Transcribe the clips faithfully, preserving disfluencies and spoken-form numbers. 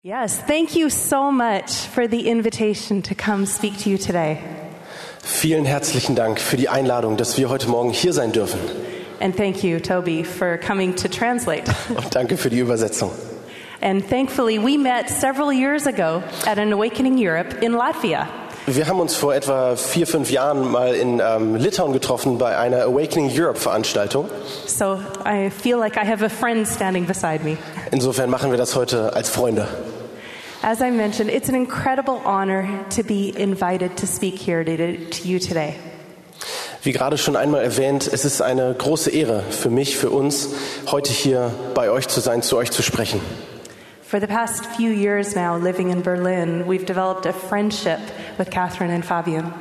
Yes, thank you so much for the invitation to come speak to you today. Vielen herzlichen Dank für die Einladung, dass wir heute Morgen hier sein dürfen. And thank you, Toby, for coming to translate. Und danke für die Übersetzung. And thankfully, we met several years ago at an Awakening Europe in Latvia. Wir haben uns vor etwa vier, fünf Jahren mal in ähm, Litauen getroffen bei einer Awakening Europe Veranstaltung. So I feel like I have a friend standing beside me. Insofern machen wir das heute als Freunde. As I mentioned, it's an incredible honor to be invited to speak here to, to you today. Wie gerade schon einmal erwähnt, es ist eine große Ehre für mich, für uns, heute hier bei euch zu sein, zu euch zu sprechen. For the past few years now, living in Berlin, we've developed a friendship with Catherine and Fabian.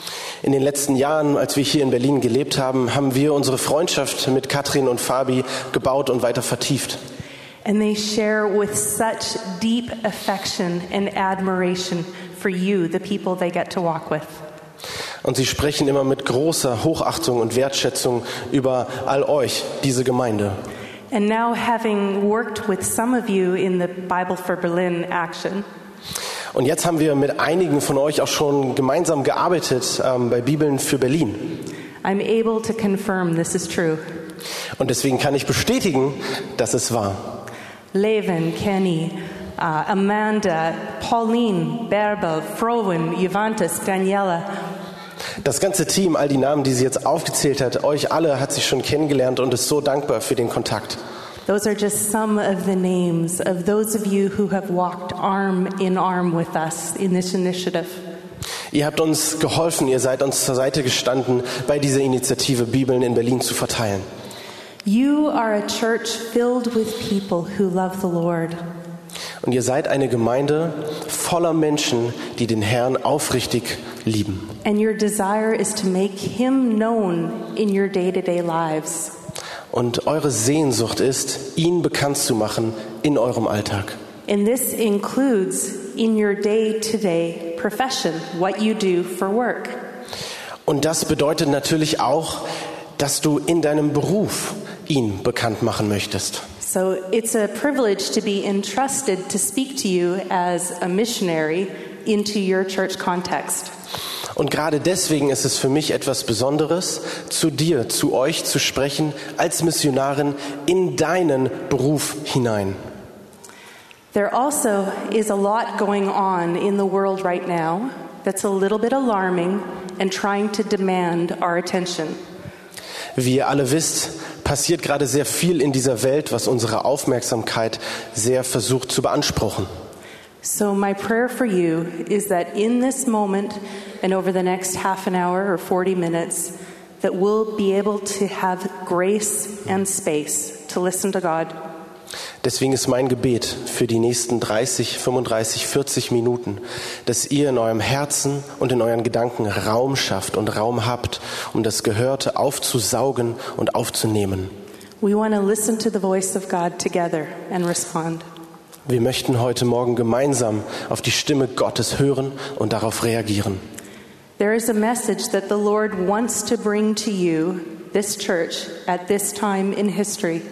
In den letzten Jahren, als wir hier in Berlin gelebt haben, haben wir unsere Freundschaft mit Katrin und Fabi gebaut und weiter vertieft. And they share with such deep affection and admiration for you, the people they get to walk with. Und sie sprechen immer mit großer Hochachtung und Wertschätzung über all euch, diese Gemeinde. And now, having worked with some of you in the Bible for Berlin action, Und jetzt haben wir mit einigen von euch auch schon gemeinsam gearbeitet ähm, bei Bibeln für Berlin. I'm able to confirm this is true. Und deswegen kann ich bestätigen, dass es wahr. Levin, Kenny, uh, Amanda, Pauline, Bärbel, Frowen, Juventus, Daniela. Das ganze Team, all die Namen, die sie jetzt aufgezählt hat, euch alle hat sie schon kennengelernt und ist so dankbar für den Kontakt. Those are just some of the names of those of you who have walked arm in arm with us in this initiative. Ihr habt uns geholfen, ihr seid uns zur Seite gestanden, bei dieser Initiative Bibeln in Berlin zu verteilen. You are a church filled with people who love the Lord. Und ihr seid eine Gemeinde voller Menschen, die den Herrn aufrichtig lieben. And your desire is to make him known in your day-to-day lives. Und eure Sehnsucht ist, ihn bekannt zu machen in eurem Alltag. And this includes in your day-to-day profession, what you do for work. Und das bedeutet natürlich auch, dass du in deinem Beruf ihn bekannt machen möchtest. So it's a privilege to be entrusted to speak to you as a missionary into your church context. Und gerade deswegen ist es für mich etwas Besonderes, zu dir, zu euch zu sprechen, als Missionarin in deinen Beruf hinein. There also is a lot going on in the world right now that's a little bit alarming and trying to demand our attention. Wie ihr alle wisst, passiert gerade sehr viel in dieser Welt, was unsere Aufmerksamkeit sehr versucht zu beanspruchen. So my prayer for you is that in this moment and over the next half an hour or forty minutes, that we'll be able to have grace and space to listen to God. Deswegen ist mein Gebet für die nächsten dreißig, fünfunddreißig, vierzig Minuten, dass ihr in eurem Herzen und in euren Gedanken Raum schafft und Raum habt, um das Gehörte aufzusaugen und aufzunehmen. We want to listen to the voice of God together and respond. Wir möchten heute Morgen gemeinsam auf die Stimme Gottes hören und darauf reagieren. There is a message that the Lord wants to bring to you, this church, at this time in history.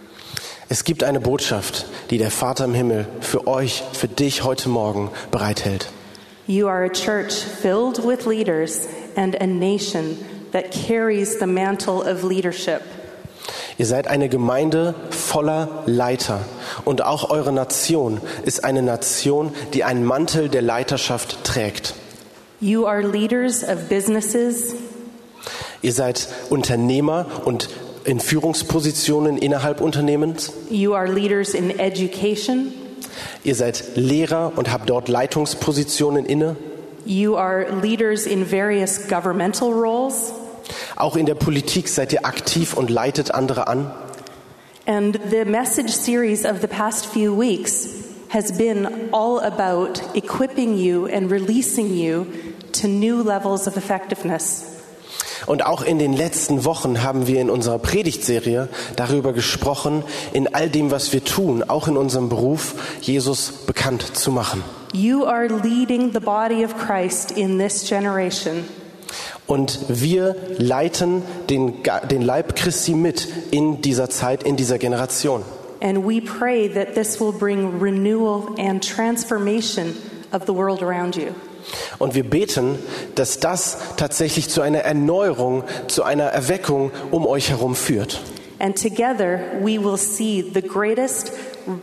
Es gibt eine Botschaft, die der Vater im Himmel für euch, für dich heute Morgen bereithält. You are a church filled with leaders and a nation that carries the mantle of leadership. Ihr seid eine Gemeinde voller Leiter und auch eure Nation ist eine Nation, die einen Mantel der Leiterschaft trägt. You are leaders of businesses. Ihr seid Unternehmer und in Führungspositionen innerhalb Unternehmens. You are leaders in education. Ihr seid Lehrer und habt dort Leitungspositionen inne. You are leaders in various governmental roles. Auch in der Politik seid ihr aktiv und leitet andere an. And the message series of the past few weeks has been all about equipping you and releasing you to new levels of effectiveness. Und auch in den letzten Wochen haben wir in unserer Predigtserie darüber gesprochen, in all dem, was wir tun, auch in unserem Beruf, Jesus bekannt zu machen. You are leading the body of Christ in this generation. Und wir leiten den, den Leib Christi mit in dieser Zeit, in dieser Generation. And we pray that this will bring renewal and transformation of the world around you. Und wir beten, dass das tatsächlich zu einer Erneuerung, zu einer Erweckung um euch herum führt. And together we will see the greatest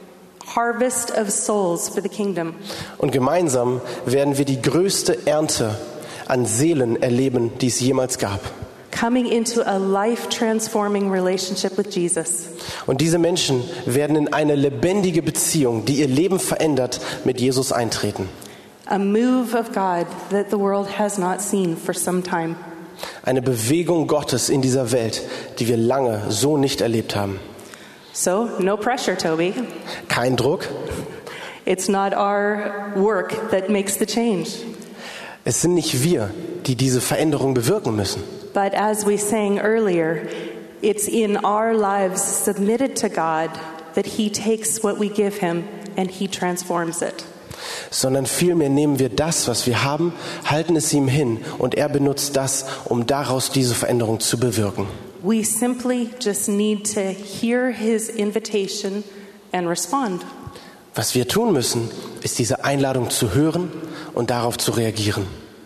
harvest of souls for the kingdom. Und gemeinsam werden wir die größte Ernte an Seelen erleben, die es jemals gab. Coming into a life-transforming relationship with Jesus. Und diese Menschen werden in eine lebendige Beziehung, die ihr Leben verändert, mit Jesus eintreten. A move of God that the world has not seen for some time. Eine Bewegung Gottes in dieser Welt, die wir lange so nicht erlebt haben. So, no pressure, Toby. Kein Druck. It's not our work that makes the change. Es sind nicht wir, die diese Veränderung bewirken müssen. But as we sang earlier, it's in our lives submitted to God that He takes what we give Him and He transforms it. Sondern vielmehr nehmen wir das, was wir haben, halten es ihm hin und er benutzt das, um daraus diese Veränderung zu bewirken. We simply just need to hear His invitation and respond. Was wir tun müssen, ist diese Einladung zu hören und darauf zu reagieren.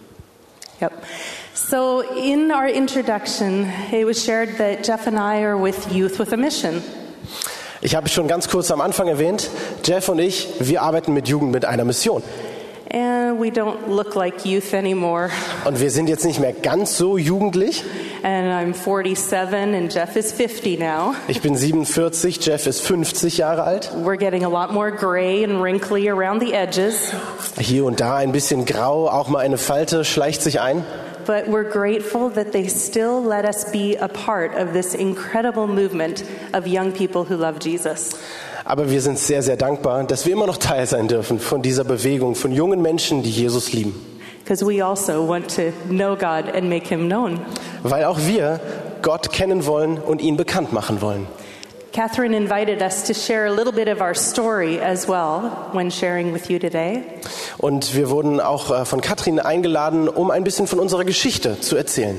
Yep. So in our introduction, it was shared that Jeff and I are with Youth with a Mission. Ich habe schon ganz kurz am Anfang erwähnt, Jeff und ich, wir arbeiten mit Jugend mit einer Mission. And we don't look like youth anymore. Und wir sind jetzt nicht mehr ganz so jugendlich. And I'm forty-seven and Jeff is fifty now. Ich bin siebenundvierzig, Jeff ist fünfzig Jahre alt. We're getting a lot more gray and wrinkly around the edges. Hier und da ein bisschen grau, auch mal eine Falte schleicht sich ein. But we're grateful that they still let us be a part of this incredible movement of young people who love Jesus. Aber wir sind sehr, sehr dankbar, dass wir immer noch Teil sein dürfen von dieser Bewegung, von jungen Menschen, die Jesus lieben. Because we also want to know God and make Him known. Weil auch wir Gott kennen wollen und ihn bekannt machen wollen. Catherine invited us to share a little bit of our story as well when sharing with you today. Und wir wurden auch von Katrin eingeladen, um ein bisschen von unserer Geschichte zu erzählen.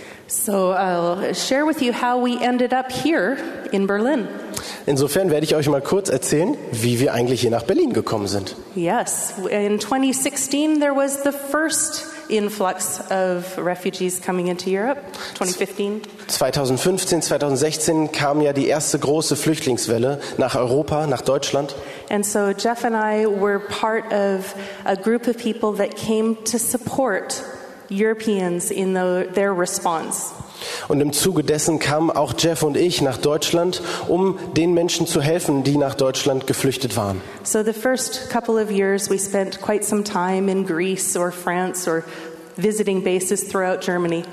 So I'll share with you how we ended up here in Berlin. Insofern werde ich euch mal kurz erzählen, wie wir eigentlich hier nach Berlin gekommen sind. Yes, in twenty sixteen there was the first influx of refugees coming into Europe. twenty fifteen. zwanzig fünfzehn, zwanzig sechzehn kam ja die erste große Flüchtlingswelle nach Europa, nach Deutschland. And so Jeff and I were part of a group of people that came to support Europeans in the, their response. Und im Zuge dessen kamen auch Jeff und ich nach Deutschland, um den Menschen zu helfen, die nach Deutschland geflüchtet waren. So the first couple of years we spent quite some time in Greece or France or visiting bases throughout Germany.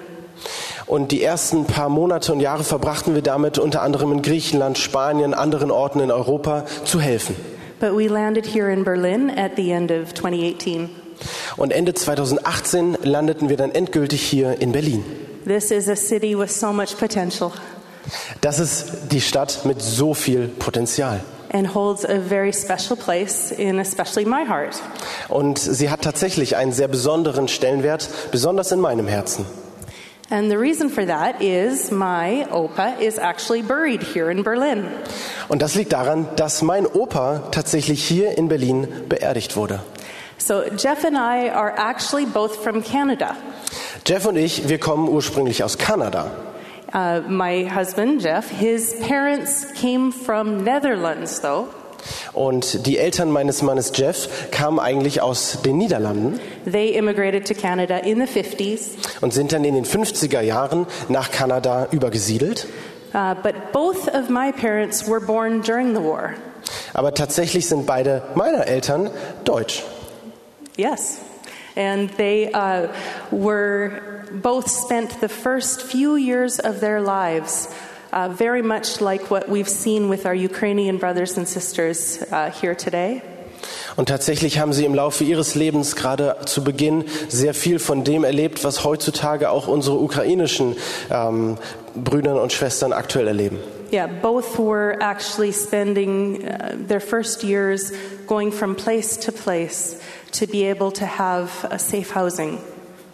Und die ersten paar Monate und Jahre verbrachten wir damit, unter anderem in Griechenland, Spanien, anderen Orten in Europa zu helfen. But we landed here in Berlin at the end of twenty eighteen. Und Ende zwanzig achtzehn landeten wir dann endgültig hier in Berlin. This is a city with so much potential. Das ist die Stadt mit so viel Potenzial. And holds a very special place in especially my heart. Und sie hat tatsächlich einen sehr besonderen Stellenwert, besonders in meinem Herzen. And the reason for that is my Opa is actually buried here in Berlin. Und das liegt daran, dass mein Opa tatsächlich hier in Berlin beerdigt wurde. So Jeff and I are actually both from Canada. Jeff und ich, wir kommen ursprünglich aus Kanada. Uh, my husband, Jeff, his parents came from Netherlands, though. Und die Eltern meines Mannes Jeff kamen eigentlich aus den Niederlanden. They immigrated to Canada in the fifties. Und sind dann in den fünfziger Jahren nach Kanada übergesiedelt. Uh, but both of my parents were born during the war. Aber tatsächlich sind beide meiner Eltern deutsch. Yes. And they uh, were both spent the first few years of their lives uh, very much like what we've seen with our Ukrainian brothers and sisters uh, here today. Und tatsächlich haben sie im Laufe ihres Lebens gerade zu Beginn sehr viel von dem erlebt, was heutzutage auch unsere ukrainischen ähm, Brüder und Schwestern aktuell erleben. Yeah, both were actually spending uh, their first years going from place to place to be able to have a safe housing.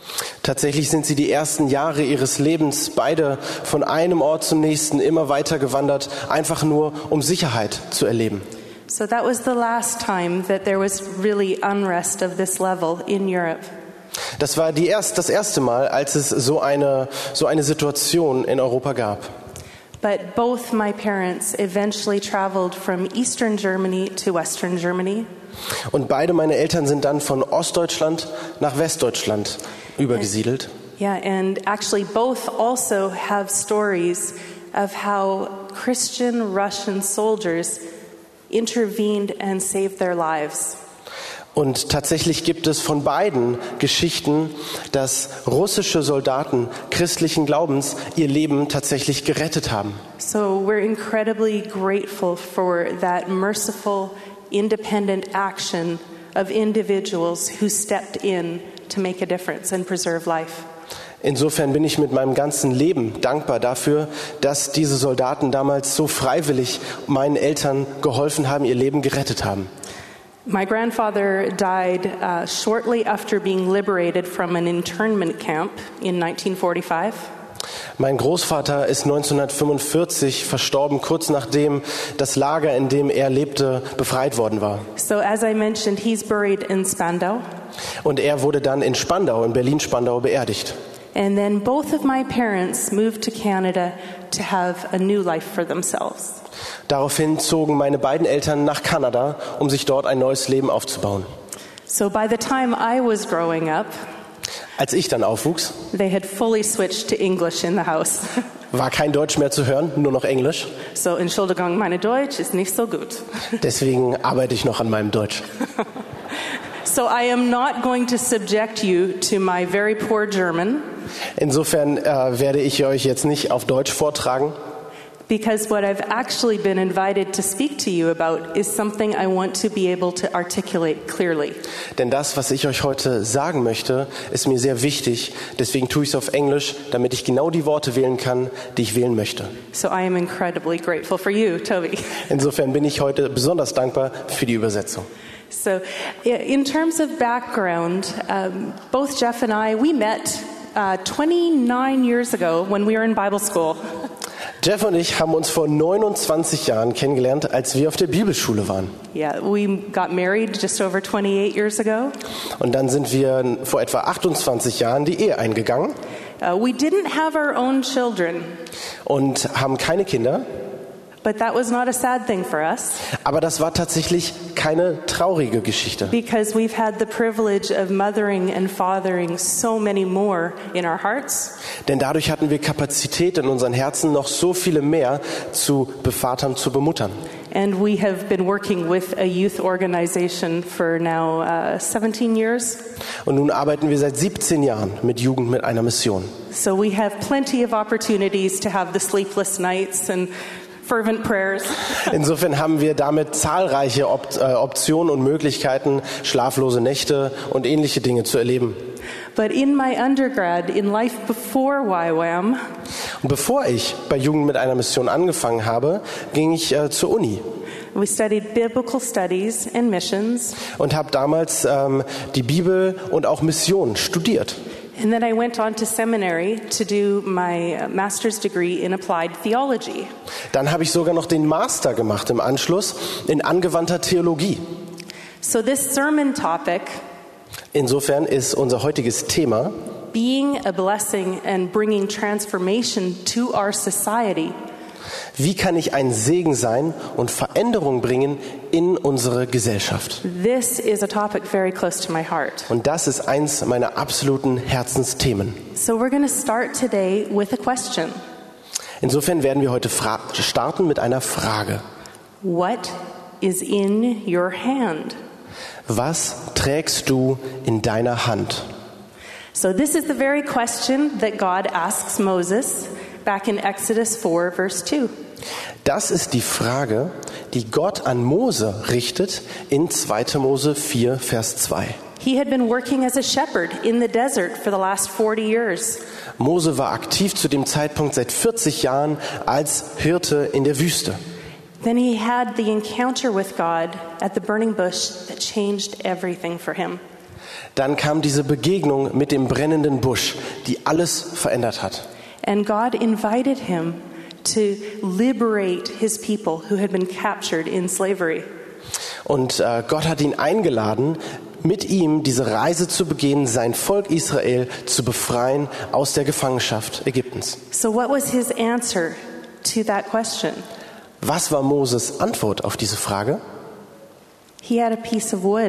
Tatsächlich sind sie die ersten Jahre ihres Lebens beide von einem Ort zum nächsten immer weiter gewandert, einfach nur um Sicherheit zu erleben. So that was the last time that there was really unrest of this level in Europe. Das war die erst, das erste Mal, als es so eine, so eine Situation in Europa gab. But both my parents eventually traveled from Eastern Germany to Western Germany. Und beide meine Eltern sind dann von Ostdeutschland nach Westdeutschland übergesiedelt. Yeah, and actually both also have stories of how Christian Russian soldiers intervened and saved their lives. Und tatsächlich gibt es von beiden Geschichten, dass russische Soldaten christlichen Glaubens ihr Leben tatsächlich gerettet haben. So we're incredibly grateful for that merciful, independent action of individuals who stepped in to make a difference and preserve life. Insofern bin ich mit meinem ganzen Leben dankbar dafür, dass diese Soldaten damals so freiwillig meinen Eltern geholfen haben, ihr Leben gerettet haben. My grandfather died uh, shortly after being liberated from an internment camp in nineteen forty-five. Mein Großvater ist neunzehnhundertfünfundvierzig verstorben, kurz nachdem das Lager, in dem er lebte, befreit worden war. So as I mentioned, he's buried in Spandau. Und er wurde dann in Spandau, in Berlin-Spandau, beerdigt. And then both of my parents moved to Canada to have a new life for themselves. Daraufhin zogen meine beiden Eltern nach Kanada, um sich dort ein neues Leben aufzubauen. So by the time I was growing up, Als ich dann aufwuchs, they had fully switched to English in the house. war kein Deutsch mehr zu hören, nur noch Englisch. So Entschuldigung, meine Deutsch ist nicht so gut. Deswegen arbeite ich noch an meinem Deutsch. So I am not going to subject you to my very poor German. Insofern äh, werde ich euch jetzt nicht auf Deutsch vortragen. Because what I've actually been invited to speak to you about is something I want to be able to articulate clearly. Denn das, was ich euch heute sagen möchte, ist mir sehr wichtig. Deswegen tue ich es auf Englisch, damit ich genau die Worte wählen kann, die ich wählen möchte. So I am incredibly grateful for you, Toby. Insofern bin ich heute besonders dankbar für die Übersetzung. So in terms of background, um, both Jeff and I, we met uh, twenty-nine years ago when we were in Bible school. Jeff und ich haben uns vor neunundzwanzig Jahren kennengelernt, als wir auf der Bibelschule waren. Yeah, we got married just over twenty-eight years ago. Und dann sind wir vor etwa achtundzwanzig Jahren die Ehe eingegangen. Uh, we didn't have our own children. Und haben keine Kinder. But that was not a sad thing for us. Aber das war tatsächlich keine traurige Geschichte. Because we've had the privilege of mothering and fathering so many more in our hearts. Denn dadurch hatten wir Kapazität in unseren Herzen, noch so viele mehr zu bevatern, zu bemuttern. And we have been working with a youth organization for now uh, seventeen years. Und nun arbeiten wir seit siebzehn Jahren mit Jugend mit einer Mission. So we have plenty of opportunities to have the sleepless nights and fervent prayers. Insofern haben wir damit zahlreiche Op- äh, Optionen und Möglichkeiten, schlaflose Nächte und ähnliche Dinge zu erleben. But in my undergrad, in life before Y WAM, Und bevor ich bei Jugend mit einer Mission angefangen habe, ging ich äh, zur Uni we studied biblical studies and missions. und habe damals ähm, die Bibel und auch Mission studiert. And then I went on to seminary to do my master's degree in applied theology. Dann habe ich sogar noch den Master gemacht im Anschluss in angewandter Theologie. So this sermon topic, Insofern ist unser heutiges Thema being a blessing and bringing transformation to our society, wie kann ich ein Segen sein und Veränderung bringen in unsere Gesellschaft? this is a topic very close to my heart. Und das ist eins meiner absoluten Herzensthemen. So we're going to start today with a question. Insofern werden wir heute fra- starten mit einer Frage. What is in your hand? Was trägst du in deiner Hand? So this is the very question that God asks Moses back in Exodus four, verse two. Das ist die Frage, die Gott an Mose richtet in zweiter Mose vier, Vers zwei. He had been working as a shepherd in the desert for the last forty years. Mose war aktiv zu dem Zeitpunkt seit vierzig Jahren als Hirte in der Wüste. Then he had the encounter with God at the burning bush that changed everything for him. Dann kam diese Begegnung mit dem brennenden Busch, die alles verändert hat. And God invited him to liberate his people who had been captured in slavery. Und äh, Gott hat ihn eingeladen, mit ihm diese Reise zu begehen, sein Volk Israel zu befreien aus der Gefangenschaft Ägyptens. So what was his answer to that question? Was war Moses' Antwort auf diese Frage? He had a piece of wood,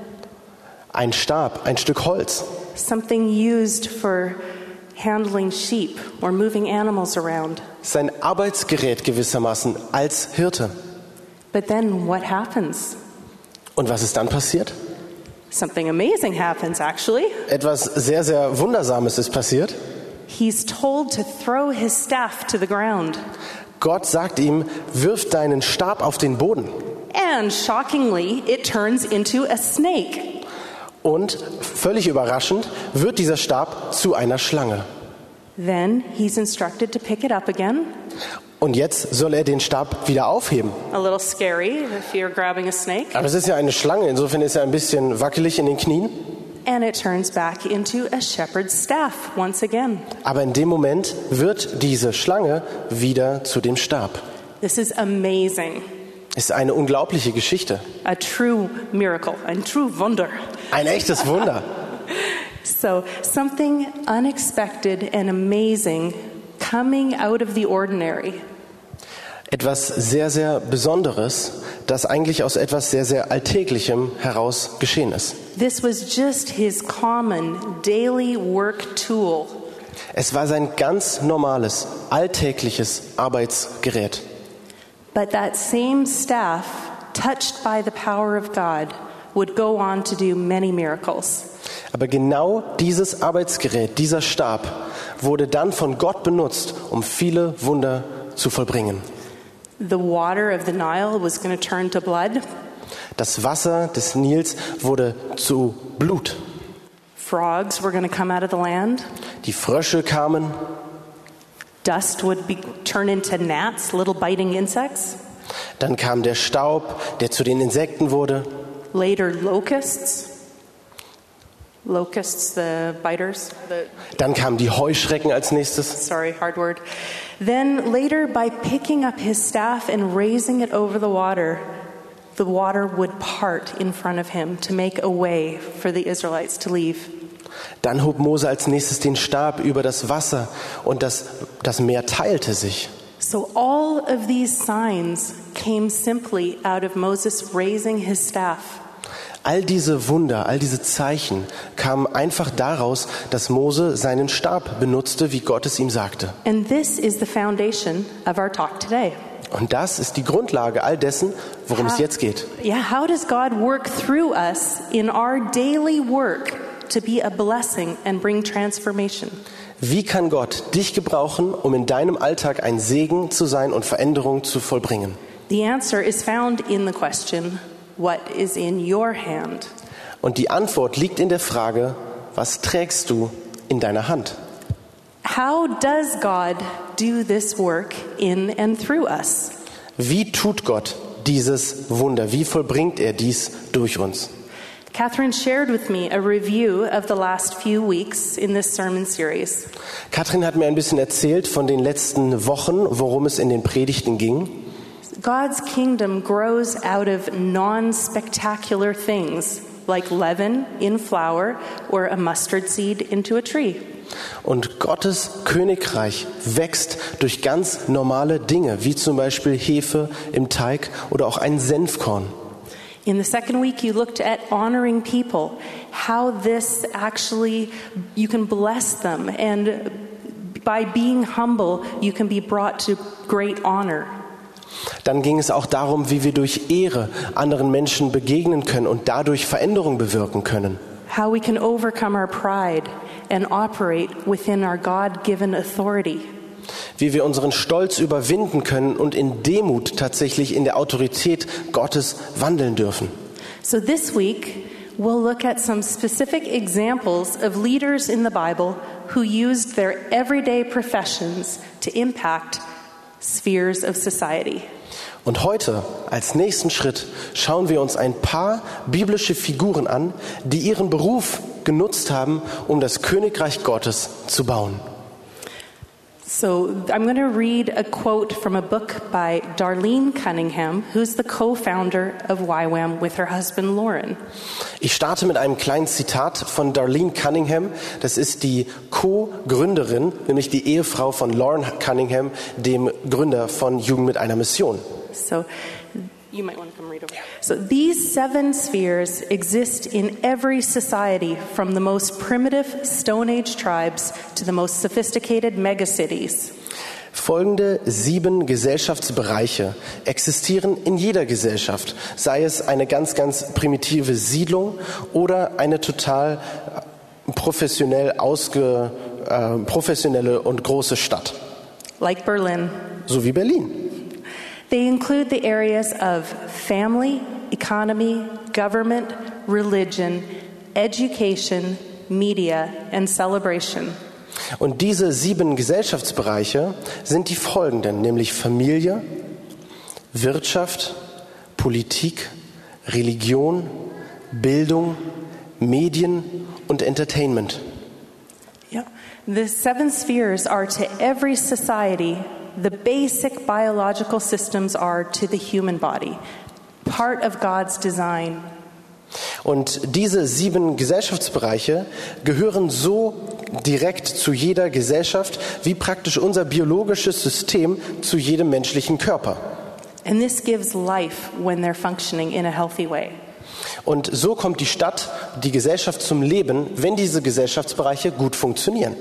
Ein Stab, ein Stück Holz, something used for handling sheep or moving animals around. sein Arbeitsgerät gewissermaßen als Hirte. But then what happens? Und was ist dann passiert? Something amazing happens, actually. Etwas sehr, sehr Wundersames ist passiert. He's told to throw his staff to the ground. Gott sagt ihm, wirf deinen Stab auf den Boden. And shockingly, it turns into a snake. Und völlig überraschend wird dieser Stab zu einer Schlange. Then he's instructed to pick it up again. Und jetzt soll er den Stab wieder aufheben. A little scary if you're grabbing a snake. Aber es ist ja eine Schlange, insofern ist er ein bisschen wackelig in den Knien. And it turns back into a shepherd's staff once again. Aber in dem Moment wird diese Schlange wieder zu dem Stab. This is amazing. Es ist eine unglaubliche Geschichte. A true miracle, a true Wunder. Ein echtes Wunder. So, something unexpected and amazing coming out of the ordinary. Etwas sehr, sehr Besonderes, das eigentlich aus etwas sehr, sehr Alltäglichem heraus geschehen ist. This was just his common daily work tool. Es war sein ganz normales, alltägliches Arbeitsgerät. But that same staff, touched by the power of God, would go on to do many miracles. Aber genau dieses Arbeitsgerät, dieser Stab, wurde dann von Gott benutzt, um viele Wunder zu vollbringen. The water of the Nile was going to turn to blood. Das Wasser des Nils wurde zu Blut. Frogs were going to come out of the land. Die Frösche kamen. Dust would be, turn into gnats, little biting insects. Dann kam der Staub, der zu den Insekten wurde. Later, locusts. Locusts, the biters. The, Dann kamen die Heuschrecken als nächstes. sorry, hard word. Then later, by picking up his staff and raising it over the water, the water would part in front of him to make a way for the Israelites to leave. Dann hob Mose als nächstes den Stab über das Wasser und das, das Meer teilte sich. So all of these signs came simply out of Moses raising his staff. All diese Wunder, all diese Zeichen kamen einfach daraus, dass Mose seinen Stab benutzte, wie Gott es ihm sagte. And this is the foundation of our talk today. Und das ist die Grundlage all dessen, worum es jetzt geht. Yeah, how does God work through us in our daily work to be a blessing and bring transformation? Wie kann Gott dich gebrauchen, um in deinem Alltag ein Segen zu sein und Veränderung zu vollbringen? The answer is found in the question, what is in your hand? Und die Antwort liegt in der Frage, was trägst du in deiner Hand? How does God do this work in and through us? Wie tut Gott dieses Wunder? Wie vollbringt er dies durch uns? Catherine shared with me a review of the last few weeks in this sermon series. Katrin hat mir ein bisschen erzählt von den letzten Wochen, worum es in den Predigten ging. God's kingdom grows out of non-spectacular things like leaven in flour or a mustard seed into a tree. Und Gottes Königreich wächst durch ganz normale Dinge, wie zum Beispiel Hefe im Teig oder auch ein Senfkorn. In the second week, you looked at honoring people, how this actually, you can bless them, and by being humble, you can be brought to great honor. Dann ging es auch darum, wie wir durch Ehre anderen Menschen begegnen können und dadurch Veränderung bewirken können. How we can overcome our pride and operate within our God-given authority. Wie wir unseren Stolz überwinden können und in Demut tatsächlich in der Autorität Gottes wandeln dürfen. So this week, we'll look at some specific examples of leaders in the Bible who used their everyday professions to impact spheres of society. Und heute, als nächsten Schritt, schauen wir uns ein paar biblische Figuren an, die ihren Beruf genutzt haben, um das Königreich Gottes zu bauen. So I'm going to read a quote from a book by Darlene Cunningham, who's the co-founder of Y WAM with her husband Lauren. Ich starte mit einem kleinen Zitat von Darlene Cunningham. Das ist die Co-Gründerin, nämlich die Ehefrau von Lauren Cunningham, dem Gründer von Jugend mit einer Mission. So you might want to come read over. So these seven spheres exist in every society, from the most primitive Stone Age tribes to the most sophisticated megacities. Folgende sieben Gesellschaftsbereiche existieren in jeder Gesellschaft, sei es eine ganz, ganz primitive Siedlung oder eine total professionell ausge, äh, professionelle und große Stadt. Like Berlin. So wie Berlin. They include the areas of family, economy, government, religion, education, media, and celebration. Und diese sieben Gesellschaftsbereiche sind die folgenden, nämlich Familie, Wirtschaft, Politik, Religion, Bildung, Medien und Entertainment. Yeah. The seven spheres are to every society the basic biological systems are to the human body, part of God's design. Und diese sieben Gesellschaftsbereiche gehören so direkt zu jeder Gesellschaft, wie praktisch unser biologisches System zu jedem menschlichen Körper. And this gives life when they're functioning in a healthy way. Und so kommt die Stadt, die Gesellschaft zum Leben, wenn diese Gesellschaftsbereiche gut funktionieren.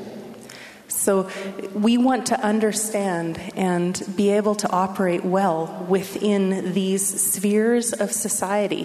So we want to understand and be able to operate well within these spheres of society.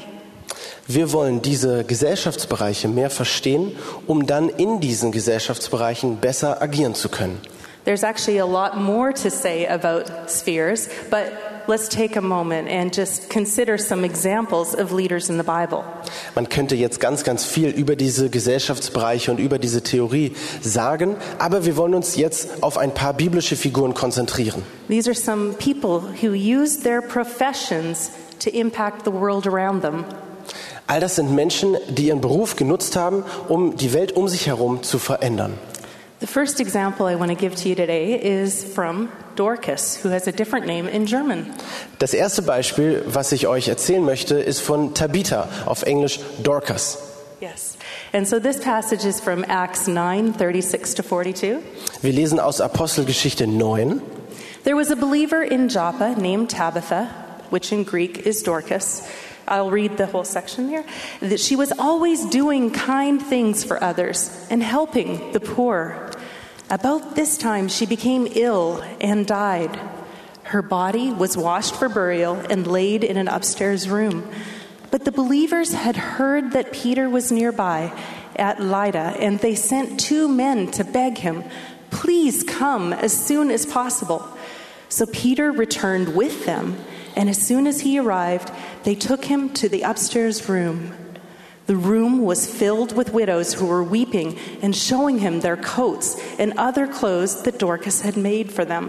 Wir wollen diese Gesellschaftsbereiche mehr verstehen, um dann in diesen Gesellschaftsbereichen besser agieren zu können. There's actually a lot more to say about spheres, but let's take a moment and just consider some examples of leaders in the Bible. Man könnte jetzt ganz, ganz viel über diese Gesellschaftsbereiche und über diese Theorie sagen, aber wir wollen uns jetzt auf ein paar biblische Figuren konzentrieren. These are some people who used their professions to impact the world around them. All das sind Menschen, die ihren Beruf genutzt haben, um die Welt um sich herum zu verändern. The first example I want to give to you today is from Dorcas, who has a different name in German. Das erste Beispiel, was ich euch erzählen möchte, ist von Tabitha, auf Englisch Dorcas. Yes. And so this passage is from Acts nine, thirty-six to forty-two. Wir lesen aus Apostelgeschichte neun. There was a believer in Joppa named Tabitha, which in Greek is Dorcas. I'll read the whole section here. That she was always doing kind things for others and helping the poor. About this time she became ill and died. Her body was washed for burial and laid in an upstairs room. But the believers had heard that Peter was nearby at Lydda, and they sent two men to beg him, "Please come as soon as possible." So Peter returned with them, and as soon as he arrived, they took him to the upstairs room. The room was filled with widows who were weeping and showing him their coats and other clothes that Dorcas had made for them.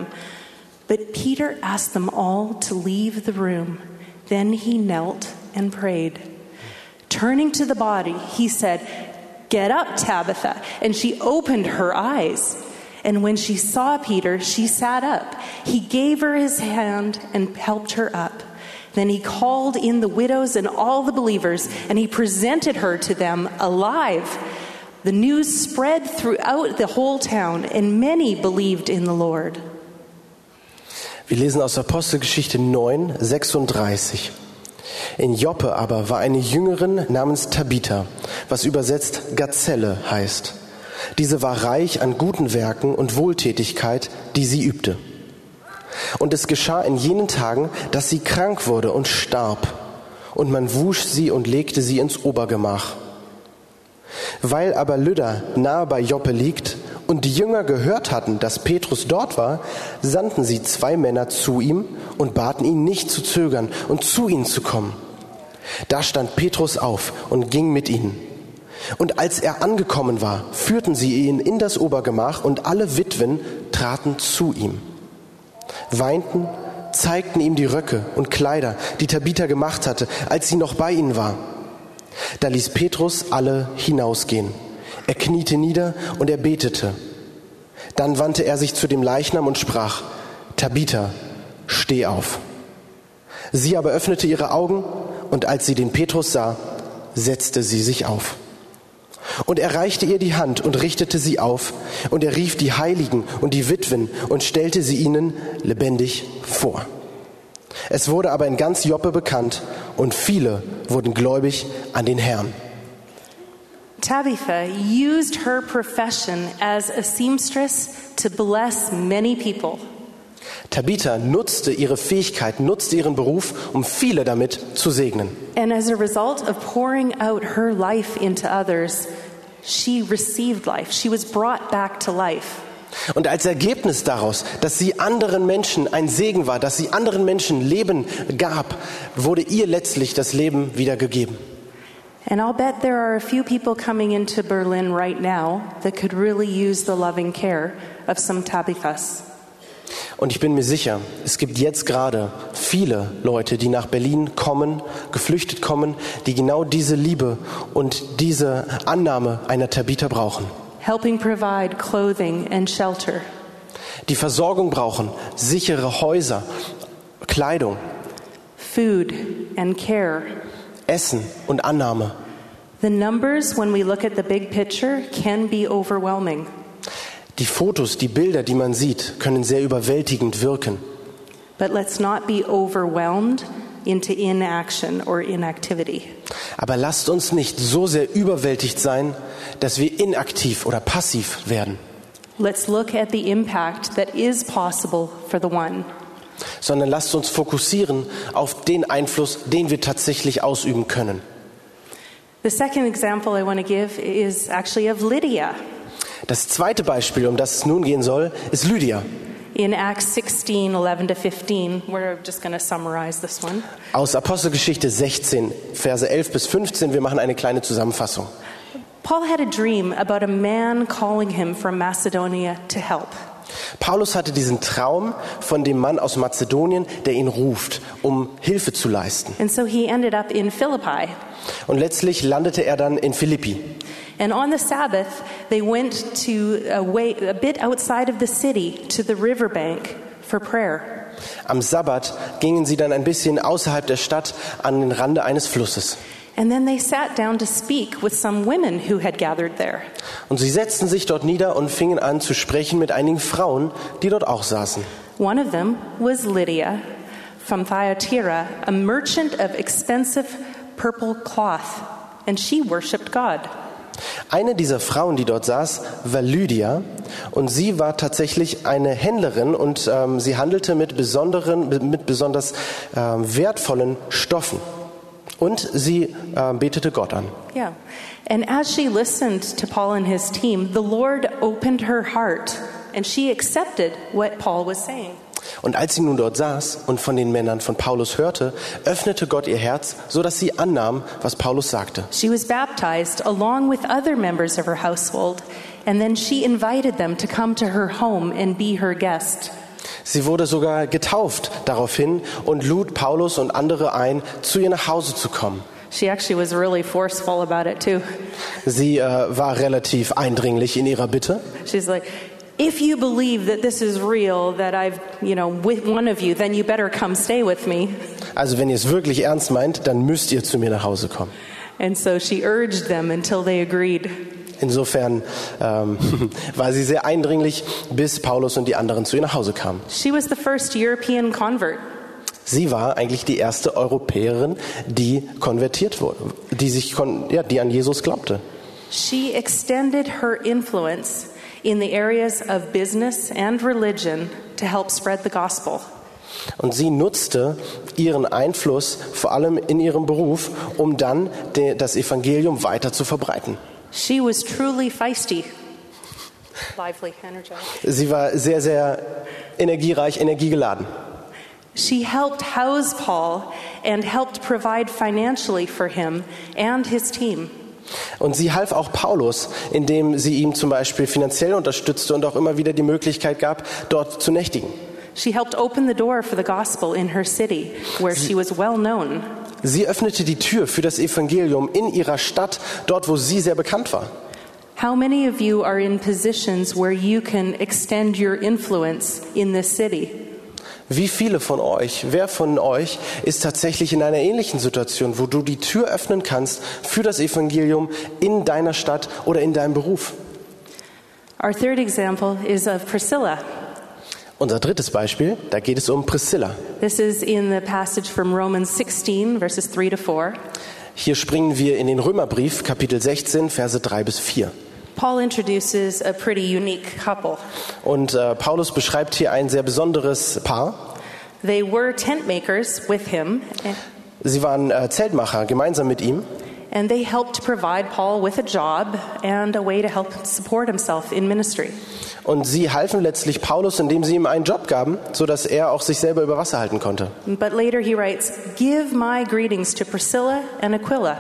But Peter asked them all to leave the room. Then he knelt and prayed. Turning to the body, he said, "Get up, Tabitha." And she opened her eyes. And when she saw Peter, she sat up. He gave her his hand and helped her up. Then he called in the widows and all the believers, and he presented her to them alive. The news spread throughout the whole town, and many believed in the Lord. Wir lesen aus Apostelgeschichte neun, sechsunddreißig. In Joppe aber war eine Jüngerin namens Tabitha, was übersetzt Gazelle heißt. Diese war reich an guten Werken und Wohltätigkeit, die sie übte. Und es geschah in jenen Tagen, dass sie krank wurde und starb. Und man wusch sie und legte sie ins Obergemach. Weil aber Lydda nahe bei Joppe liegt und die Jünger gehört hatten, dass Petrus dort war, sandten sie zwei Männer zu ihm und baten ihn nicht zu zögern und zu ihnen zu kommen. Da stand Petrus auf und ging mit ihnen. Und als er angekommen war, führten sie ihn in das Obergemach und alle Witwen traten zu ihm, weinten, zeigten ihm die Röcke und Kleider, die Tabitha gemacht hatte, als sie noch bei ihnen war. Da ließ Petrus alle hinausgehen. Er kniete nieder und er betete. Dann wandte er sich zu dem Leichnam und sprach: Tabitha, steh auf. Sie aber öffnete ihre Augen, und als sie den Petrus sah, setzte sie sich auf. Und er reichte ihr die Hand und richtete sie auf, und er rief die Heiligen und die Witwen und stellte sie ihnen lebendig vor. Es wurde aber in ganz Joppe bekannt, und viele wurden gläubig an den Herrn. Tabitha used her profession as a seamstress to bless many people. Tabitha nutzte ihre Fähigkeit, nutzte ihren Beruf, um viele damit zu segnen. And as a result of pouring out her life into others, she received life. She was brought back to life. Und als Ergebnis daraus, dass sie anderen Menschen ein Segen war, dass sie anderen Menschen Leben gab, wurde ihr letztlich das Leben wieder gegeben. And I'll bet there are a few people coming into Berlin right now that could really use the loving care of some Tabithas. Und ich bin mir sicher, es gibt jetzt gerade viele Leute, die nach Berlin kommen, geflüchtet kommen, die genau diese Liebe und diese Annahme einer Tabitha brauchen. Helping provide clothing and shelter. Die Versorgung brauchen, sichere Häuser, Kleidung, Food and care. Essen und Annahme. The numbers, when we look at the big picture, can be overwhelming. Die Fotos, die Bilder, die man sieht, können sehr überwältigend wirken. But let's not be overwhelmed into inaction or inactivity. Aber lasst uns nicht so sehr überwältigt sein, dass wir inaktiv oder passiv werden. Let's look at the impact that is possible for the one. Sondern lasst uns fokussieren auf den Einfluss, den wir tatsächlich ausüben können. The second example I want to give is actually of Lydia. Das zweite Beispiel, um das es nun gehen soll, ist Lydia. In Acts sixteen, eleven to fifteen, we're just going to summarize this one. Aus Apostelgeschichte sechzehn, Verse elf bis fünfzehn, wir machen eine kleine Zusammenfassung. Paul had a dream about a man calling him from Macedonia to help. Paulus hatte diesen Traum von dem Mann aus Mazedonien, der ihn ruft, um Hilfe zu leisten. And so he ended up in Philippi. Und letztlich landete er dann in Philippi. And on the Sabbath, they went to a, way, a bit outside of the city to the riverbank for prayer. Am Sabbat gingen sie dann ein bisschen außerhalb der Stadt an den Rande eines Flusses. And then they sat down to speak with some women who had gathered there. Und sie setzten sich dort nieder und fingen an zu sprechen mit einigen Frauen, die dort auch saßen. One of them was Lydia from Thyatira, a merchant of expensive purple cloth, and she worshipped God. Eine dieser Frauen, die dort saß, war Lydia, und sie war tatsächlich eine Händlerin und ähm, sie handelte mit besonderen, mit besonders ähm, wertvollen Stoffen. Und sie äh, betete Gott an. Yeah. And as she listened to Paul and his team, the Lord opened her heart and she accepted what Paul was saying. Und als sie nun dort saß und von den Männern von Paulus hörte, öffnete Gott ihr Herz, so dass sie annahm, was Paulus sagte. She was baptized along with other members of her household, and then she invited them to come to her home and be her guest. Sie wurde sogar getauft daraufhin und lud Paulus und andere ein, zu ihr nach Hause zu kommen. She actually was really forceful about it too. Sie äh, war relativ eindringlich in ihrer Bitte. She's like, if you believe that this is real, that I've, you know, with one of you, then you better come stay with me. Also wenn ihr es wirklich ernst meint, dann müsst ihr zu mir nach Hause kommen. And so she urged them until they agreed. Insofern ähm, war sie sehr eindringlich, bis Paulus und die anderen zu ihr nach Hause kamen. She was the first European convert. Sie war eigentlich die erste Europäerin, die konvertiert wurde, die sich, kon- ja, die an Jesus glaubte. She extended her influence in the areas of business and religion to help spread the gospel. Und sie nutzte ihren Einfluss, vor allem in ihrem Beruf, um dann de- das Evangelium weiter zu verbreiten. She was truly feisty, lively, energetic. Sie war sehr, sehr energiereich, energiegeladen. She helped house Paul and helped provide financially for him and his team. Und sie half auch Paulus, indem sie ihm zum Beispiel finanziell unterstützte und auch immer wieder die Möglichkeit gab, dort zu nächtigen. She helped open the door for the gospel in her city, where she was well known. Sie öffnete die Tür für das Evangelium in ihrer Stadt, dort wo sie sehr bekannt war. How many of you are in positions where you can extend your influence in this city? Wie viele von euch, wer von euch ist tatsächlich in einer ähnlichen Situation, wo du die Tür öffnen kannst für das Evangelium in deiner Stadt oder in deinem Beruf? Our third example is of Priscilla. Unser drittes Beispiel, da geht es um Priscilla. This is in the passage from Romans sixteen, verses three to four. Hier springen wir in den Römerbrief, Kapitel sechzehn, Verse drei bis vier. Paul introduces a pretty unique couple. Und äh, Paulus beschreibt hier ein sehr besonderes Paar. They were tent makers with him, Sie waren äh, Zeltmacher gemeinsam mit ihm. and they helped provide Paul with a job and a way to help support himself in ministry. Und sie halfen letztlich Paulus, indem sie ihm einen Job gaben, sodass er auch sich selber über Wasser halten konnte. But later he writes, "Give my greetings to Priscilla and Aquila."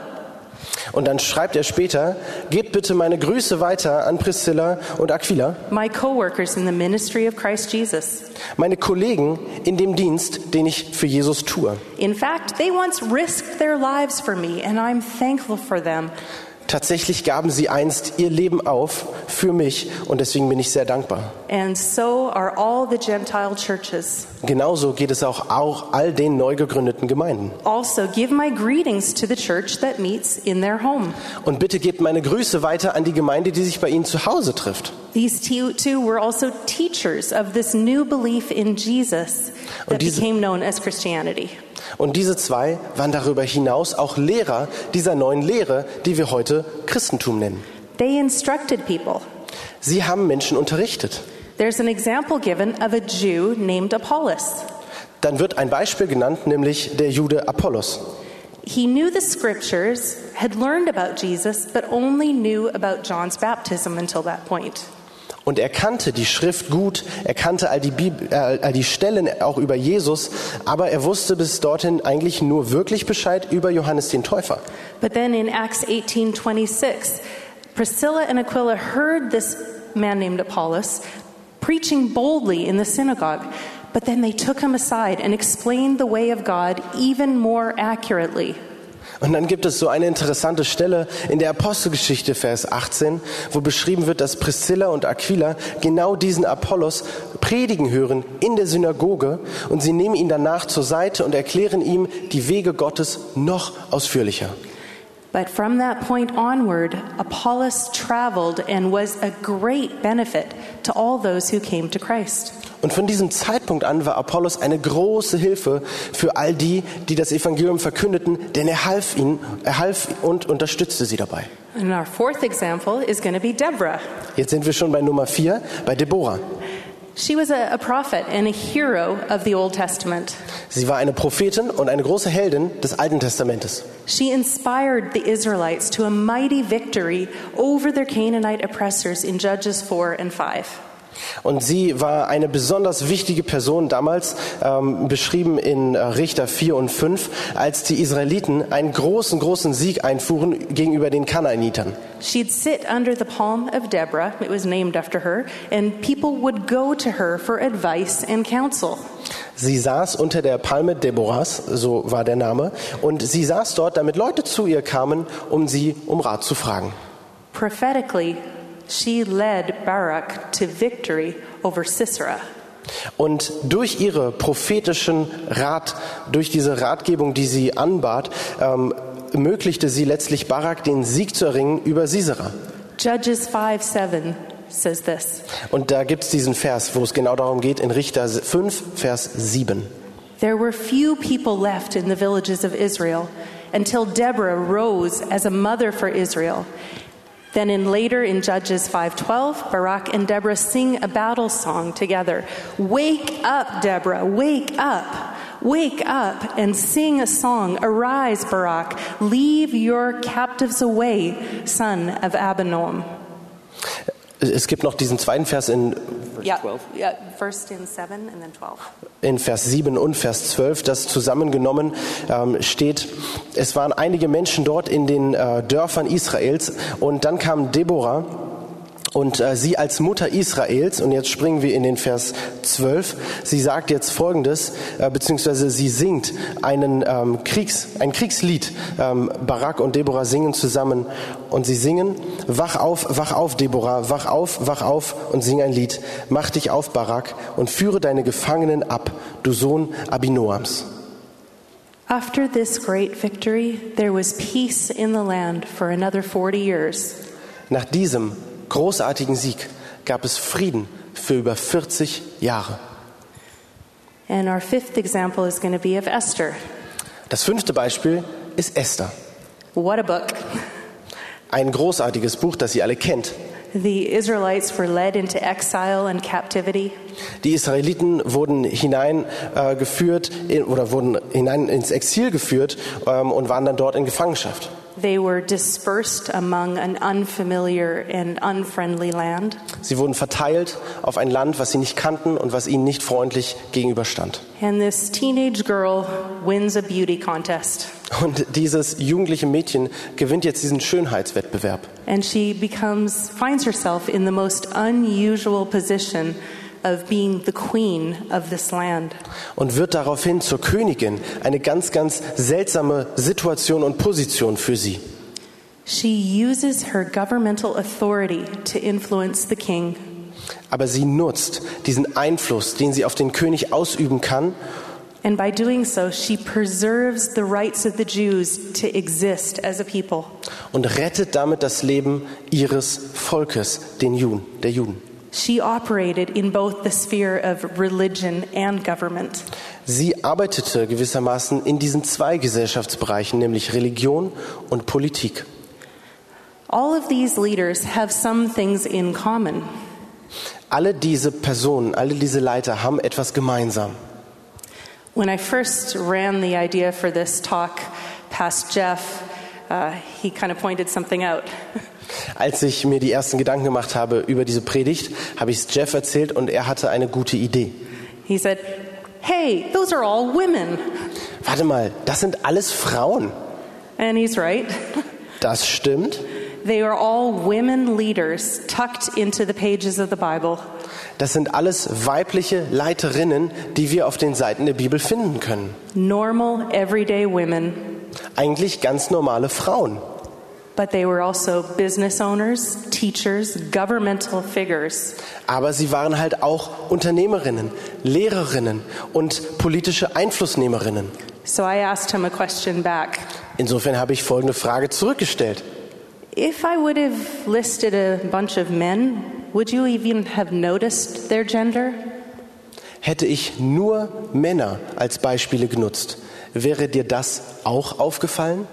Und dann schreibt er später, gebt bitte meine Grüße weiter an Priscilla und Aquila, My co-workers in the ministry of Christ Jesus. meine Kollegen in dem Dienst, den ich für Jesus tue. In fact, they once risked their lives for me, and I'm thankful for them. Tatsächlich gaben sie einst ihr Leben auf für mich und deswegen bin ich sehr dankbar. And so are all the Gentile churches. Genauso geht es auch, auch all den neu gegründeten Gemeinden. Also give my greetings to the church that meets in their home. Und bitte gebt meine Grüße weiter an die Gemeinde, die sich bei ihnen zu Hause trifft. These two, two were also teachers of this new belief in Jesus that Und diese- became known as Christianity. Und diese zwei waren darüber hinaus auch Lehrer dieser neuen Lehre, die wir heute Christentum nennen. They instructed people. Sie haben Menschen unterrichtet. There's an example given of a Jew named Apollos. Dann wird ein Beispiel genannt, nämlich der Jude Apollos. He knew the scriptures, had learned about Jesus, but only knew about John's baptism until that point. Und er kannte die Schrift gut, er kannte all die, Bib- äh, all die Stellen auch über Jesus, aber er wusste bis dorthin eigentlich nur wirklich Bescheid über Johannes den Täufer. But then in Acts eighteen twenty-six, Priscilla and Aquila heard this man named Apollos preaching boldly in the synagogue, but then they took him aside and explained the way of God even more accurately. Und dann gibt es so eine interessante Stelle in der Apostelgeschichte, Vers achtzehn, wo beschrieben wird, dass Priscilla und Aquila genau diesen Apollos predigen hören in der Synagoge und sie nehmen ihn danach zur Seite und erklären ihm die Wege Gottes noch ausführlicher. But from that point onward, Apollos traveled and was a great benefit to all those who came to Christ. Und von diesem Zeitpunkt an war Apollos eine große Hilfe für all die, die das Evangelium verkündeten, denn er half ihnen, er half und unterstützte sie dabei. And our fourth example is going to be Deborah. Jetzt sind wir schon bei Nummer vier, bei Deborah. She was a, a prophet and a hero of the Old Testament. Sie war eine Prophetin und eine große Heldin des Alten Testamentes. She inspired the Israelites to a mighty victory over their Canaanite oppressors in Judges four and five. Und sie war eine besonders wichtige Person damals, ähm, beschrieben in äh, Richter vier und fünf, als die Israeliten einen großen, großen Sieg einfuhren gegenüber den Kanaanitern. She'd sit under the palm of Deborah, it was named after her, and people would go to her for advice and counsel. Sie saß unter der Palme Deborahs, so war der Name, und sie saß dort, damit Leute zu ihr kamen, um sie um Rat zu fragen. Prophetically, she led Barak to victory over Sisera. Und durch ihre prophetischen Rat, durch diese Ratgebung, die sie anbat, ähm, ermöglichte sie letztlich Barak den Sieg zu erringen über Sisera. Judges five seven says this. Und da gibt es diesen Vers, wo es genau darum geht, in Richter fünf, Vers sieben. There were few people left in the villages of Israel until Deborah rose as a mother for Israel. Then in later in Judges five twelve, Barak and Deborah sing a battle song together. Wake up, Deborah, wake up. Wake up and sing a song. Arise, Barak, leave your captives away, son of Abinoam. Es gibt noch diesen zweiten Vers in, Yeah, yeah, first in seven and then twelve. in Vers sieben und Vers zwölf, das zusammengenommen ähm, steht, es waren einige Menschen dort in den äh, Dörfern Israels und dann kam Deborah Und äh, sie als Mutter Israels, und jetzt springen wir in den Vers zwölf, sie sagt jetzt Folgendes, äh, beziehungsweise sie singt einen ähm, Kriegs, ein Kriegslied. Ähm, Barak und Deborah singen zusammen und sie singen, wach auf, wach auf Deborah, wach auf, wach auf und sing ein Lied. Mach dich auf, Barak, und führe deine Gefangenen ab, du Sohn Abinoams. After this great victory, there was peace in the land for another forty years. Nach diesem großartigen Sieg gab es Frieden für über vierzig Jahre. And our fifth example is going to be of Esther. Das fünfte Beispiel ist Esther. What a book. Ein großartiges Buch, das ihr alle kennt. The Israelites were led into exile and captivity. Die Israeliten wurden hineingeführt äh, oder wurden hinein ins Exil geführt ähm, und waren dann dort in Gefangenschaft. They were dispersed among an unfamiliar and unfriendly land. Sie wurden verteilt auf ein Land, was sie nicht kannten und was ihnen nicht freundlich gegenüberstand. And this teenage girl wins a beauty contest. Und dieses jugendliche Mädchen gewinnt jetzt diesen Schönheitswettbewerb. And she becomes finds herself in the most unusual position of being the queen of this land. Und wird daraufhin zur Königin, eine ganz, ganz seltsame Situation und Position für sie. She uses her governmental authority to influence the king. Aber sie nutzt diesen Einfluss, den sie auf den König ausüben kann. And by doing so, she preserves the rights of the Jews to exist as a people. Und rettet damit das Leben ihres Volkes, den Juden, der Juden. She operated in both the sphere of religion and government. Sie arbeitete gewissermaßen in diesen zwei Gesellschaftsbereichen, nämlich Religion und Politik. All of these leaders have some things in common. Alle diese Personen, alle diese Leiter haben etwas gemeinsam. When I first ran the idea for this talk past Jeff, uh, he kind of pointed something out. Als ich mir die ersten Gedanken gemacht habe über diese Predigt, habe ich es Jeff erzählt und er hatte eine gute Idee. He said, "Hey, those are all women." Warte mal, das sind alles Frauen. And he's right. Das stimmt. They are all women leaders tucked into the pages of the Bible. Das sind alles weibliche Leiterinnen, die wir auf den Seiten der Bibel finden können. Normal, everyday women. Eigentlich ganz normale Frauen. But they were also business owners, teachers, governmental figures. Aber sie waren halt auch Unternehmerinnen, Lehrerinnen und politische Einflussnehmerinnen. So I asked him a question back. Insofern habe ich folgende Frage zurückgestellt. If I would have listed a bunch of men, would you even have noticed their gender? Hätte ich nur Männer als Beispiele genutzt, wäre dir das auch aufgefallen?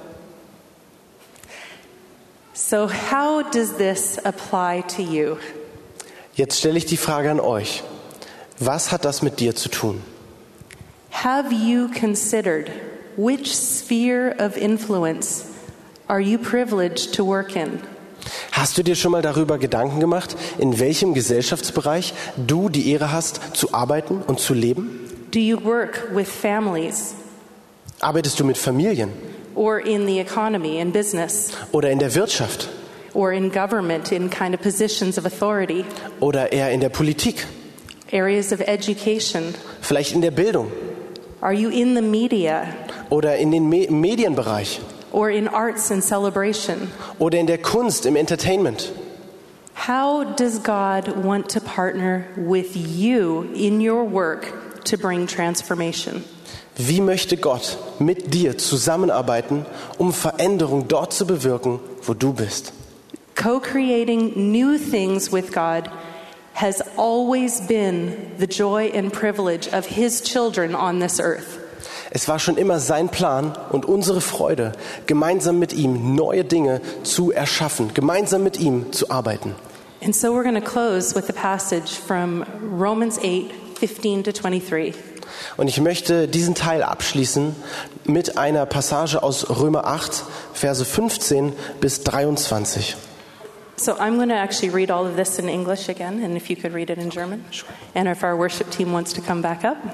So how does this apply to you? Jetzt stelle ich die Frage an euch. Was hat das mit dir zu tun? Have you considered which sphere of influence are you privileged to work in? Hast du dir schon mal darüber Gedanken gemacht, in welchem Gesellschaftsbereich du die Ehre hast, zu arbeiten und zu leben? Do you work with families? Arbeitest du mit Familien? Or in the economy, in business? Oder in der Wirtschaft? Or in government, in kind of positions of authority? Oder eher in der Politik? Areas of education? Vielleicht in der Bildung? Are you in the media? Oder in den Me- Medienbereich? Or in arts and celebration? Oder in der Kunst, im Entertainment? How does God want to partner with you in your work to bring transformation? Wie möchte Gott mit dir zusammenarbeiten, um Veränderung dort zu bewirken, wo du bist? Co-creating new things with God has always been the joy and privilege of His children on this earth. Es war schon immer sein Plan und unsere Freude, gemeinsam mit ihm neue Dinge zu erschaffen, gemeinsam mit ihm zu arbeiten. And so we're going to close with a passage from Romans eight, fifteen to twenty-three. Und ich möchte diesen Teil abschließen mit einer Passage aus Römer acht, Verse fünfzehn bis dreiundzwanzig. So I'm going to actually read all of this in English again, and if you could read it in German. Sure. And if our worship team wants to come back up.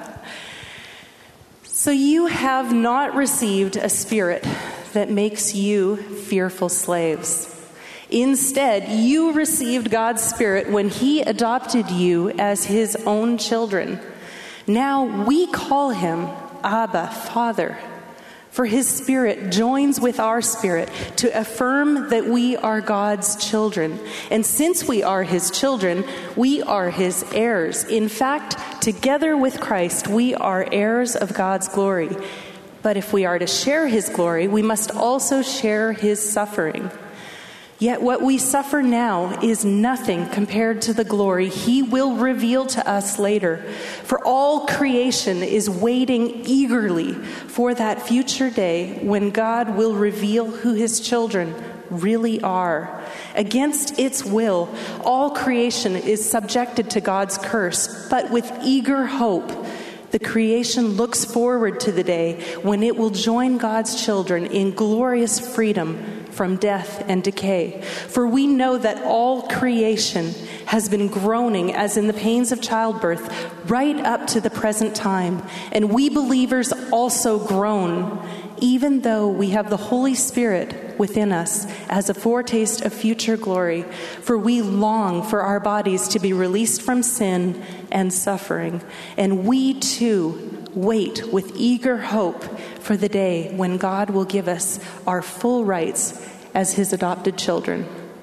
So you have not received a spirit that makes you fearful slaves. Instead, you received God's Spirit when He adopted you as His own children. Now we call Him Abba, Father. For His Spirit joins with our spirit to affirm that we are God's children. And since we are His children, we are His heirs. In fact, together with Christ, we are heirs of God's glory. But if we are to share His glory, we must also share His suffering. Yet what we suffer now is nothing compared to the glory He will reveal to us later. For all creation is waiting eagerly for that future day when God will reveal who His children really are. Against its will, all creation is subjected to God's curse, but with eager hope, the creation looks forward to the day when it will join God's children in glorious freedom from death and decay. For we know that all creation has been groaning as in the pains of childbirth right up to the present time. And we believers also groan, even though we have the Holy Spirit within us as a foretaste of future glory. For we long for our bodies to be released from sin and suffering. And we too wait with eager hope for the day when God will give us our full rights as His adopted children.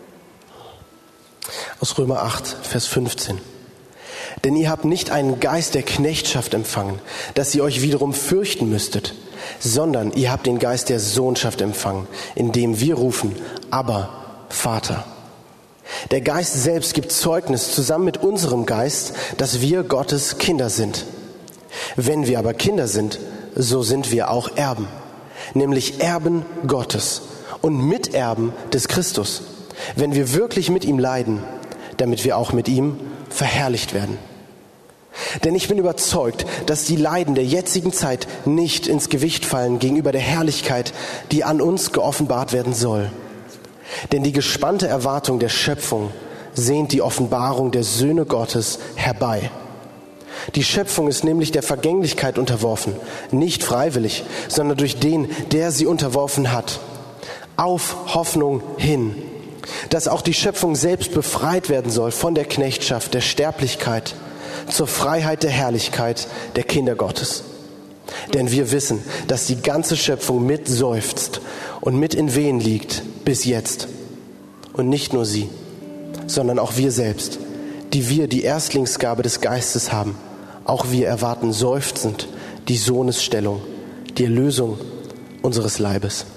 Aus Römer acht, Vers fünfzehn. Denn ihr habt nicht einen Geist der Knechtschaft empfangen, dass ihr euch wiederum fürchten müsstet, sondern ihr habt den Geist der Sohnschaft empfangen, in dem wir rufen, Abba, Vater. Der Geist selbst gibt Zeugnis zusammen mit unserem Geist, dass wir Gottes Kinder sind. Wenn wir aber Kinder sind, so sind wir auch Erben, nämlich Erben Gottes und Miterben des Christus, wenn wir wirklich mit ihm leiden, damit wir auch mit ihm verherrlicht werden. Denn ich bin überzeugt, dass die Leiden der jetzigen Zeit nicht ins Gewicht fallen gegenüber der Herrlichkeit, die an uns geoffenbart werden soll. Denn die gespannte Erwartung der Schöpfung sehnt die Offenbarung der Söhne Gottes herbei. Die Schöpfung ist nämlich der Vergänglichkeit unterworfen, nicht freiwillig, sondern durch den, der sie unterworfen hat. Auf Hoffnung hin, dass auch die Schöpfung selbst befreit werden soll von der Knechtschaft, der Sterblichkeit, zur Freiheit der Herrlichkeit der Kinder Gottes. Denn wir wissen, dass die ganze Schöpfung mit seufzt und mit in Wehen liegt bis jetzt. Und nicht nur sie, sondern auch wir selbst, die wir die Erstlingsgabe des Geistes haben. Auch wir erwarten seufzend die Sohnesstellung, die Erlösung unseres Leibes.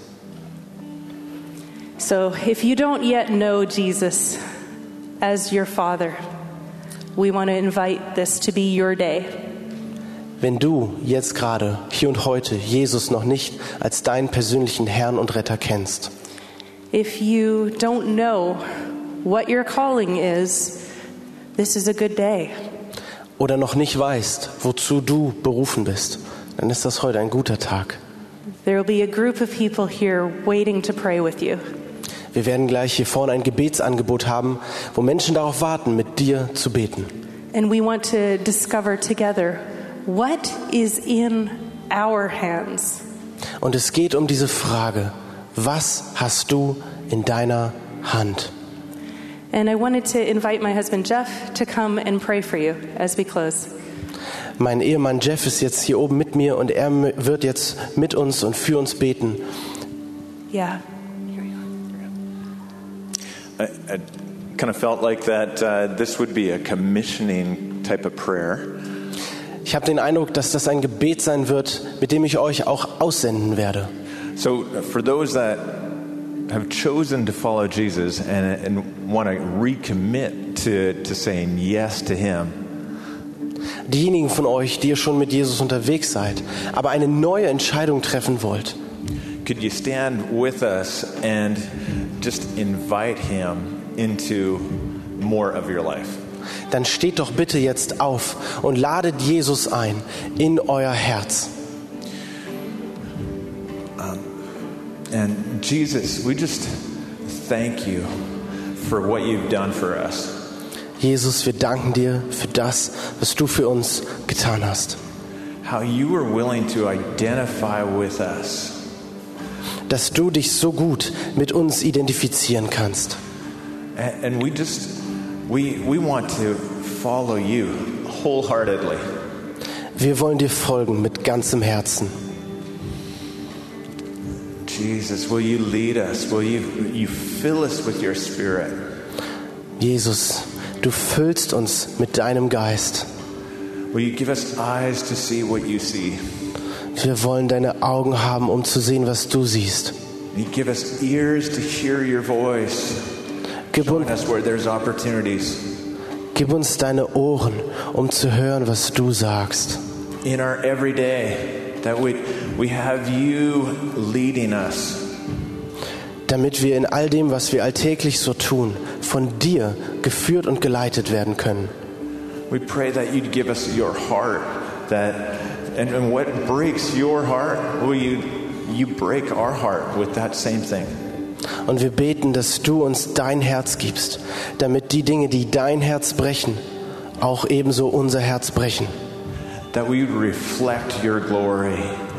So, if you don't yet know Jesus as your Father, we want to invite this to be your day. Wenn du jetzt gerade, hier und heute, Jesus noch nicht als deinen persönlichen Herrn und Retter kennst, if you don't know what your calling is, this is a good day. oder noch nicht weißt, wozu du berufen bist, dann ist das heute ein guter Tag. There will be a group of people here waiting to pray with you. Wir werden gleich hier vorne ein Gebetsangebot haben, wo Menschen darauf warten, mit dir zu beten. And we want to discover together what is in our hands. Und es geht um diese Frage, was hast du in deiner Hand? And I wanted to invite my husband Jeff to come and pray for you as we close. Mein Ehemann Jeff ist jetzt hier oben mit mir und er wird jetzt mit uns und für uns beten. Yeah. I, I kind of felt like that uh, this would be a commissioning type of prayer. Ich habe den Eindruck, dass das ein Gebet sein wird, mit dem ich euch auch aussenden werde. So for those that have chosen to follow Jesus and, and want to recommit to, to saying yes to Him, Diejenigen von euch, die ihr schon mit Jesus unterwegs seid, aber eine neue Entscheidung treffen wollt, could you stand with us and just invite Him into more of your life? dann steht doch bitte jetzt auf und ladet Jesus ein in euer Herz. Um, and Jesus, we just thank you for what you've done for us. Jesus, wir danken dir für das, was du für uns getan hast. How you were willing to identify with us. Dass du dich so gut mit uns identifizieren kannst. And, and we just, we, we want to follow you wholeheartedly. Wir wollen dir folgen mit ganzem Herzen. Jesus, will you lead us? Will you, you fill us with your Spirit? Jesus, du füllst uns mit deinem Geist. Will you give us eyes to see what you see? Wir wollen deine Augen haben, um zu sehen, was du siehst. Will you give us ears to hear your voice? Gib, un- Showing us where there's opportunities. gib uns deine Ohren, um zu hören, was du sagst. In our everyday, that we, we have you leading us. Damit wir in all dem, was wir alltäglich so tun, von dir geführt und geleitet werden können. We pray that you'd give us your heart, that, and, and what breaks your heart, will you, you break our heart with that same thing. Und wir beten, dass du uns dein Herz gibst, damit die Dinge, die dein Herz brechen, auch ebenso unser Herz brechen. That we would reflect your glory.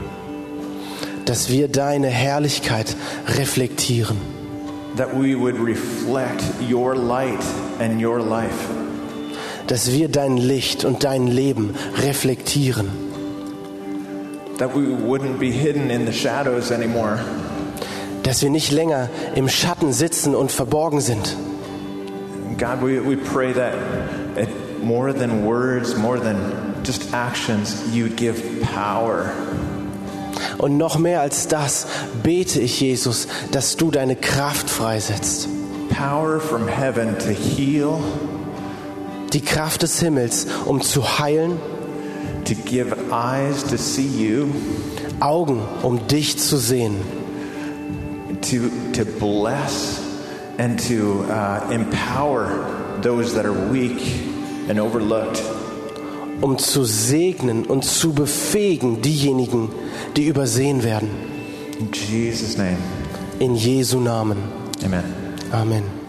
Dass wir deine Herrlichkeit reflektieren. That we would reflect your light and your life. Dass wir dein Licht und dein Leben reflektieren. That we wouldn't be hidden in the shadows anymore. Dass wir nicht länger im Schatten sitzen und verborgen sind. God, we, we pray that it, more than words, more than just actions, you'd give power. Und noch mehr als das bete ich, Jesus, dass du deine Kraft freisetzt. Power from heaven to heal. Die Kraft des Himmels, um zu heilen. To give eyes to see you. Augen, um dich zu sehen. To, to bless and to uh, empower those that are weak and overlooked. Um zu segnen und zu befähigen diejenigen, die übersehen werden. In Jesus' name. In Jesu Namen. Amen. Amen.